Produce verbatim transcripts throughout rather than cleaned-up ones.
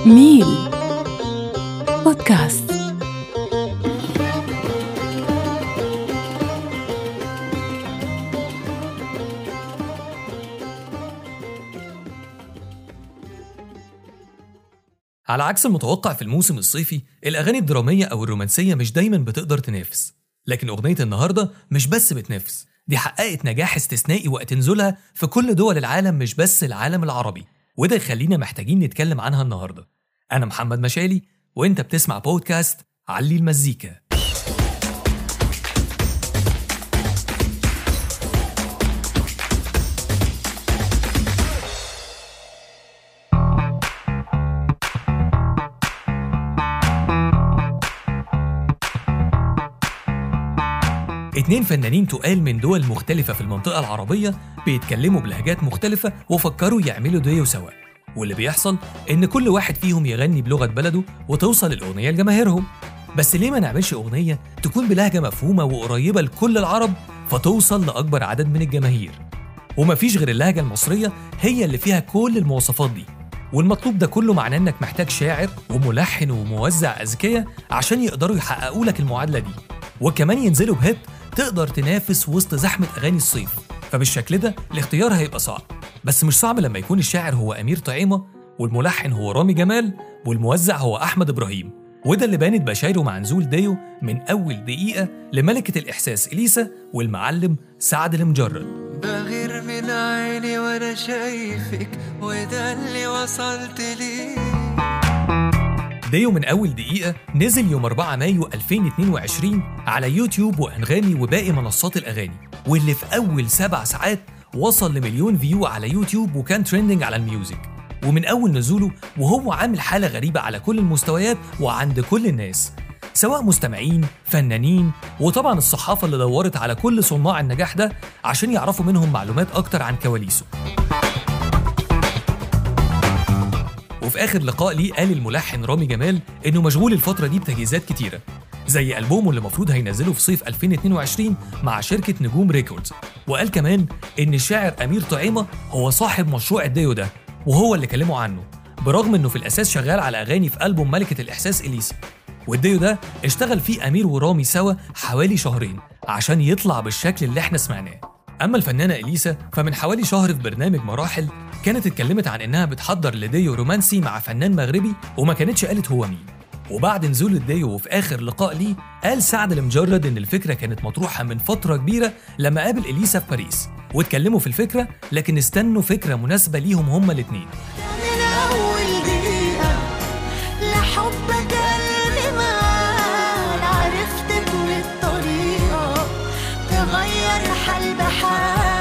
ميل بودكاست. على عكس المتوقع في الموسم الصيفي، الأغاني الدرامية أو الرومانسية مش دايما بتقدر تنافس، لكن أغنية النهاردة مش بس بتنافس، دي حققت نجاح استثنائي وقت نزولها في كل دول العالم مش بس العالم العربي، وده يخلينا محتاجين نتكلم عنها النهاردة. أنا محمد مشالي وإنت بتسمع بودكاست علي المزيكا. اتنين فنانين تقال من دول مختلفة في المنطقة العربية بيتكلموا بلهجات مختلفة وفكروا يعملوا ديو سوا، واللي بيحصل إن كل واحد فيهم يغني بلغة بلده وتوصل الأغنية لجماهيرهم. بس ليه ما نعملش أغنية تكون بلهجة مفهومة وقريبة لكل العرب فتوصل لأكبر عدد من الجماهير؟ ومفيش غير اللهجة المصرية هي اللي فيها كل المواصفات دي، والمطلوب ده كله معناه إنك محتاج شاعر وملحن وموزع أذكياء عشان يقدروا يحققوا لك المعادلة دي، وكمان ينزلوا بهيت تقدر تنافس وسط زحمة أغاني الصيف. فبالشكل ده الاختيار هيبقى صعب، بس مش صعب لما يكون الشاعر هو أمير طعيمة والملحن هو رامي جمال والموزع هو أحمد إبراهيم، وده اللي بانت بشايره مع نزول ديو من أول دقيقة لملكة الإحساس إليسا والمعلم سعد المجرد. بغير من عيني وأنا شايفك وده اللي وصلت ليه. ديو من أول دقيقة نزل يوم أربعة مايو ألفين واثنين وعشرين على يوتيوب وأنغامي وباقي منصات الأغاني، واللي في أول سبع ساعات وصل لمليون فيو على يوتيوب وكان تريندنج على الميوزك. ومن أول نزوله وهو عامل حالة غريبة على كل المستويات وعند كل الناس، سواء مستمعين، فنانين، وطبعا الصحافة اللي دورت على كل صناع النجاح ده عشان يعرفوا منهم معلومات أكتر عن كواليسه. وفي آخر لقاء ليه قال الملحن رامي جمال إنه مشغول الفترة دي بتجهيزات كتيرة، زي ألبومه اللي المفروض هينزله في صيف ألفين واثنين وعشرين مع شركة نجوم ريكوردز. وقال كمان إن الشاعر أمير طعيمة هو صاحب مشروع الديو ده وهو اللي كلمه عنه، برغم إنه في الأساس شغال على أغاني في ألبوم ملكة الإحساس إليسا. والديو ده اشتغل فيه أمير ورامي سوا حوالي شهرين عشان يطلع بالشكل اللي احنا سمعناه. أما الفنانة إليسا فمن حوالي شهر في برنامج مراحل كانت اتكلمت عن إنها بتحضر لديو رومانسي مع فنان مغربي وما كانتش قالت هو مين. وبعد نزول الديو وفي آخر لقاء ليه قال سعد المجرد إن الفكرة كانت مطروحة من فترة كبيرة لما قابل إليسا في باريس واتكلموا في الفكرة، لكن استنوا فكرة مناسبة ليهم هما الاتنين. من أول دقيقة لحبك قلبي مال، عرفتك من الطريقة تغير حال بحال.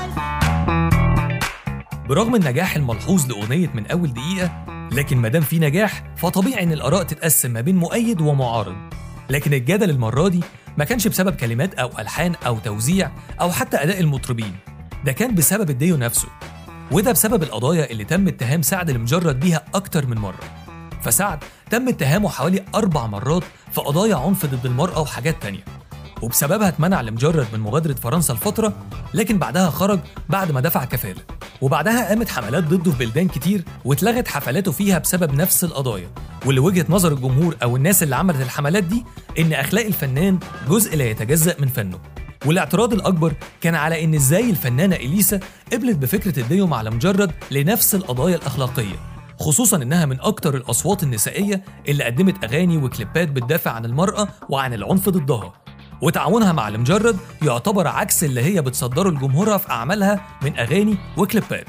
برغم النجاح الملحوظ لأغنية من أول دقيقة، لكن مادام في نجاح فطبيعي إن الآراء تتقسم ما بين مؤيد ومعارض. لكن الجدل المرة دي ما كانش بسبب كلمات أو ألحان أو توزيع أو حتى أداء المطربين، ده كان بسبب الديو نفسه، وده بسبب القضايا اللي تم اتهام سعد المجرد بيها أكتر من مرة. فسعد تم اتهامه حوالي أربع مرات في قضايا عنف ضد المرأة وحاجات تانية، وبسببها اتمنع المجرد من مغادرة فرنسا لفترة، لكن بعدها خرج بعد ما دفع كفالة. وبعدها قامت حملات ضده في بلدان كتير واتلغت حفلاته فيها بسبب نفس القضايا، واللي وجهة نظر الجمهور أو الناس اللي عملت الحملات دي إن أخلاق الفنان جزء لا يتجزأ من فنه. والاعتراض الأكبر كان على إن إزاي الفنانة إليسا قبلت بفكرة الديو مع المجرد لنفس القضايا الأخلاقية، خصوصاً إنها من أكتر الأصوات النسائية اللي قدمت أغاني وكليبات بتدافع عن المرأة وعن العنف ضدها، وتعاونها مع المجرد يعتبر عكس اللي هي بتصدره لجمهورها في أعمالها من أغاني وكليبات.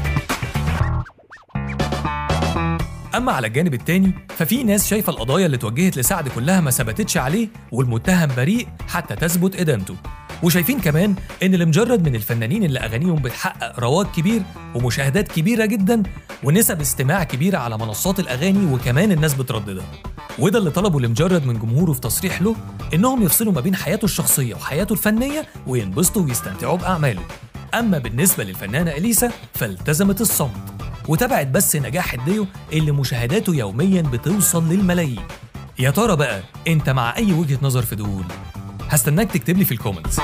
أما على الجانب التاني ففي ناس شايفة القضايا اللي توجهت لسعد كلها ما ثبتتش عليه والمتهم بريء حتى تثبت إدانته، وشايفين كمان إن المجرد من الفنانين اللي أغانيهم بتحقق رواج كبير ومشاهدات كبيرة جدا ونسب استماع كبيرة على منصات الأغاني وكمان الناس بترددها. وده اللي طلبه المجرد من جمهوره في تصريح له إنهم يفصلوا ما بين حياته الشخصية وحياته الفنية وينبسطوا ويستمتعوا بأعماله. أما بالنسبة للفنانة إليسا فالتزمت الصمت وتابعت بس نجاح الديو اللي مشاهداته يوميا بتوصل للملايين. يا ترى بقى أنت مع أي وجهة نظر في دول؟ هستناك تكتب لي في الكومنتس.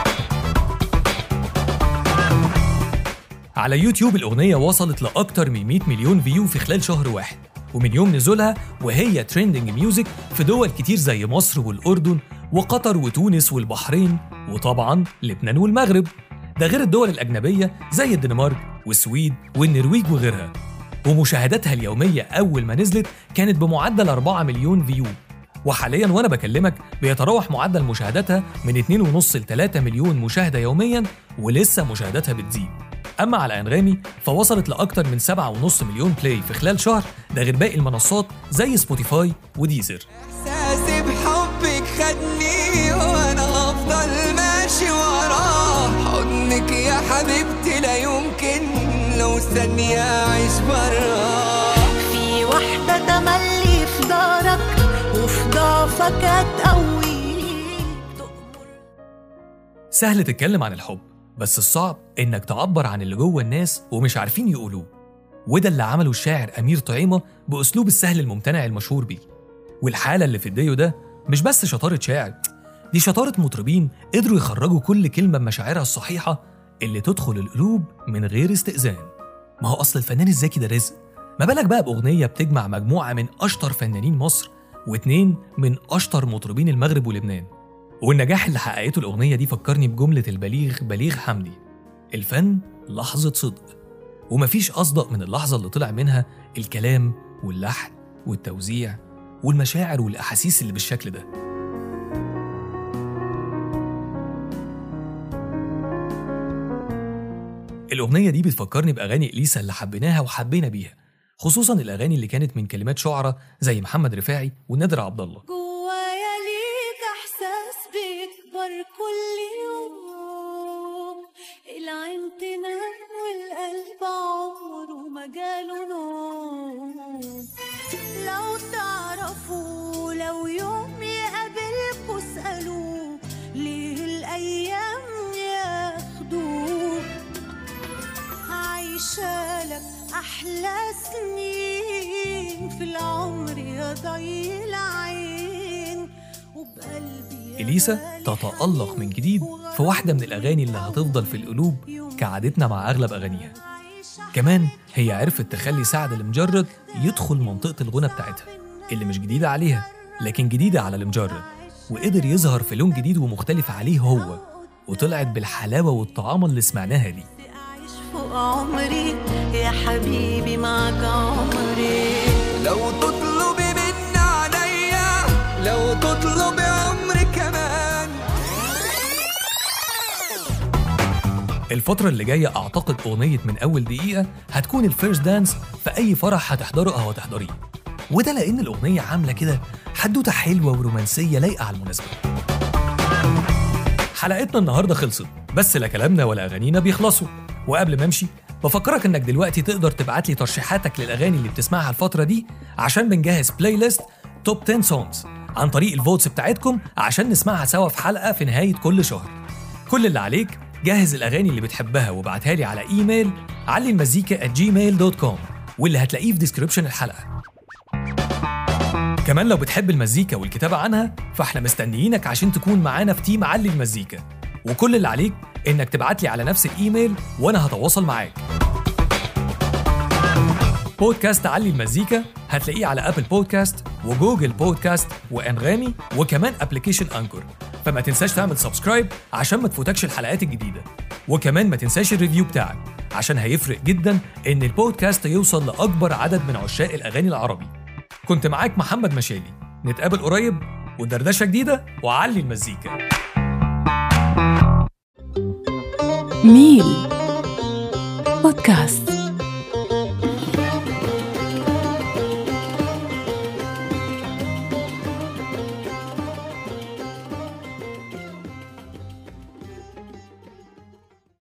على يوتيوب الأغنية وصلت لأكتر من مئة مليون فيو في خلال شهر واحد، ومن يوم نزولها وهي تريندنج ميوزك في دول كتير زي مصر والأردن وقطر وتونس والبحرين وطبعاً لبنان والمغرب، ده غير الدول الأجنبية زي الدنمارك والسويد والنرويج وغيرها. ومشاهداتها اليومية أول ما نزلت كانت بمعدل أربعة مليون فيو، وحالياً وأنا بكلمك بيتراوح معدل مشاهداتها من اتنين ونص ل تلاتة مليون مشاهدة يومياً، ولسه مشاهداتها بتزيد. أما على أنغامي فوصلت لأكتر من سبعة ونص مليون بلاي في خلال شهر، ده غير باقي المنصات زي سبوتيفاي وديزر. إحساسي بحبك خدني وأنا أفضل ماشي وراه، حضنك يا حبيبتي لا يمكن لو ثانية أعيش براه. في وحدة تملي في دارك وفي ضعفك هتقويك. سهل تتكلم عن الحب، بس الصعب إنك تعبر عن اللي جوه الناس ومش عارفين يقولوه، وده اللي عمله الشاعر أمير طعيمة بأسلوب السهل الممتنع المشهور بيه. والحالة اللي في الديو ده مش بس شطارة شاعر، دي شطارة مطربين قدروا يخرجوا كل كلمة بمشاعرها الصحيحة اللي تدخل القلوب من غير استئذان. ما هو أصل الفنان الذكي ده رزق، ما بالك بقى بأغنية بتجمع مجموعة من أشطر فنانين مصر واتنين من أشطر مطربين المغرب ولبنان. والنجاح اللي حققته الأغنية دي فكرني بجملة البليغ بليغ حمدي: الفن لحظة صدق، ومفيش أصدق من اللحظة اللي طلع منها الكلام واللحن والتوزيع والمشاعر والأحاسيس اللي بالشكل ده. الأغنية دي بتفكرني بأغاني إليسا اللي حبيناها وحبينا بيها، خصوصاً الأغاني اللي كانت من كلمات شعراء زي محمد رفاعي ونادر عبد الله. جوايا ليك إحساس بيكبر كل يوم، العين تنام والقلب عمره ما جاله نوم. لو تعرفوا لو يوم يقابلكوا اسألوه ليه الأيام ياخدوه، عايشالك أحلى سنين في العمر يا ضي العين، وبقلبي إليسا تتألق من جديد في واحدة من الأغاني اللي هتفضل في القلوب كعادتنا مع أغلب أغانيها. كمان هي عرفت تخلي سعد المجرد يدخل منطقة الغنى بتاعتها اللي مش جديدة عليها لكن جديدة على المجرد، وقدر يظهر في لون جديد ومختلف عليه هو، وطلعت بالحلاوة والطعامة اللي سمعناها دي. أعيش فوق عمري يا حبيبي معك عمري، لو تطلبي من عليا لو تطلبي عمري كمان. الفترة اللي جاية أعتقد أغنية من أول دقيقة هتكون الفيرست دانس في أي فرح هتحضره أو هتحضريه، وده لأن الأغنية عاملة كده حدوتة حلوة ورومانسية لايقة على المناسبة. حلقتنا النهاردة خلصت، بس لا كلامنا ولا أغانينا بيخلصوا. وقبل ما أمشي بفكرك إنك دلوقتي تقدر تبعت لي ترشيحاتك للأغاني اللي بتسمعها الفترة دي، عشان بنجهز بلاي ليست توب عشرة سونجز عن طريق الفوتس بتاعتكم عشان نسمعها سوا في حلقة في نهاية كل شهر. كل اللي عليك جهز الأغاني اللي بتحبها وابعتها لي على إيميل علي المزيكا آت جيميل دوت كوم، واللي هتلاقيه في ديسكريبشن الحلقة. كمان لو بتحب المزيكا والكتابة عنها فاحنا مستنيينك عشان تكون معانا في تيم علي المزيكا، وكل اللي عليك إنك تبعت لي على نفس الإيميل وأنا هتواصل معاك. بودكاست علي المزيكا هتلاقيه على أبل بودكاست وجوجل بودكاست وأنغامي وكمان أبليكيشن أنكور، فما تنساش تعمل سبسكرايب عشان ما تفوتكش الحلقات الجديدة، وكمان ما تنساش الريفيو بتاعك عشان هيفرق جدا إن البودكاست يوصل لأكبر عدد من عشاق الأغاني العربي. كنت معاك محمد مشالي، نتقابل قريب ودردشة جديدة وعلي المزيكا. ميل بودكاست.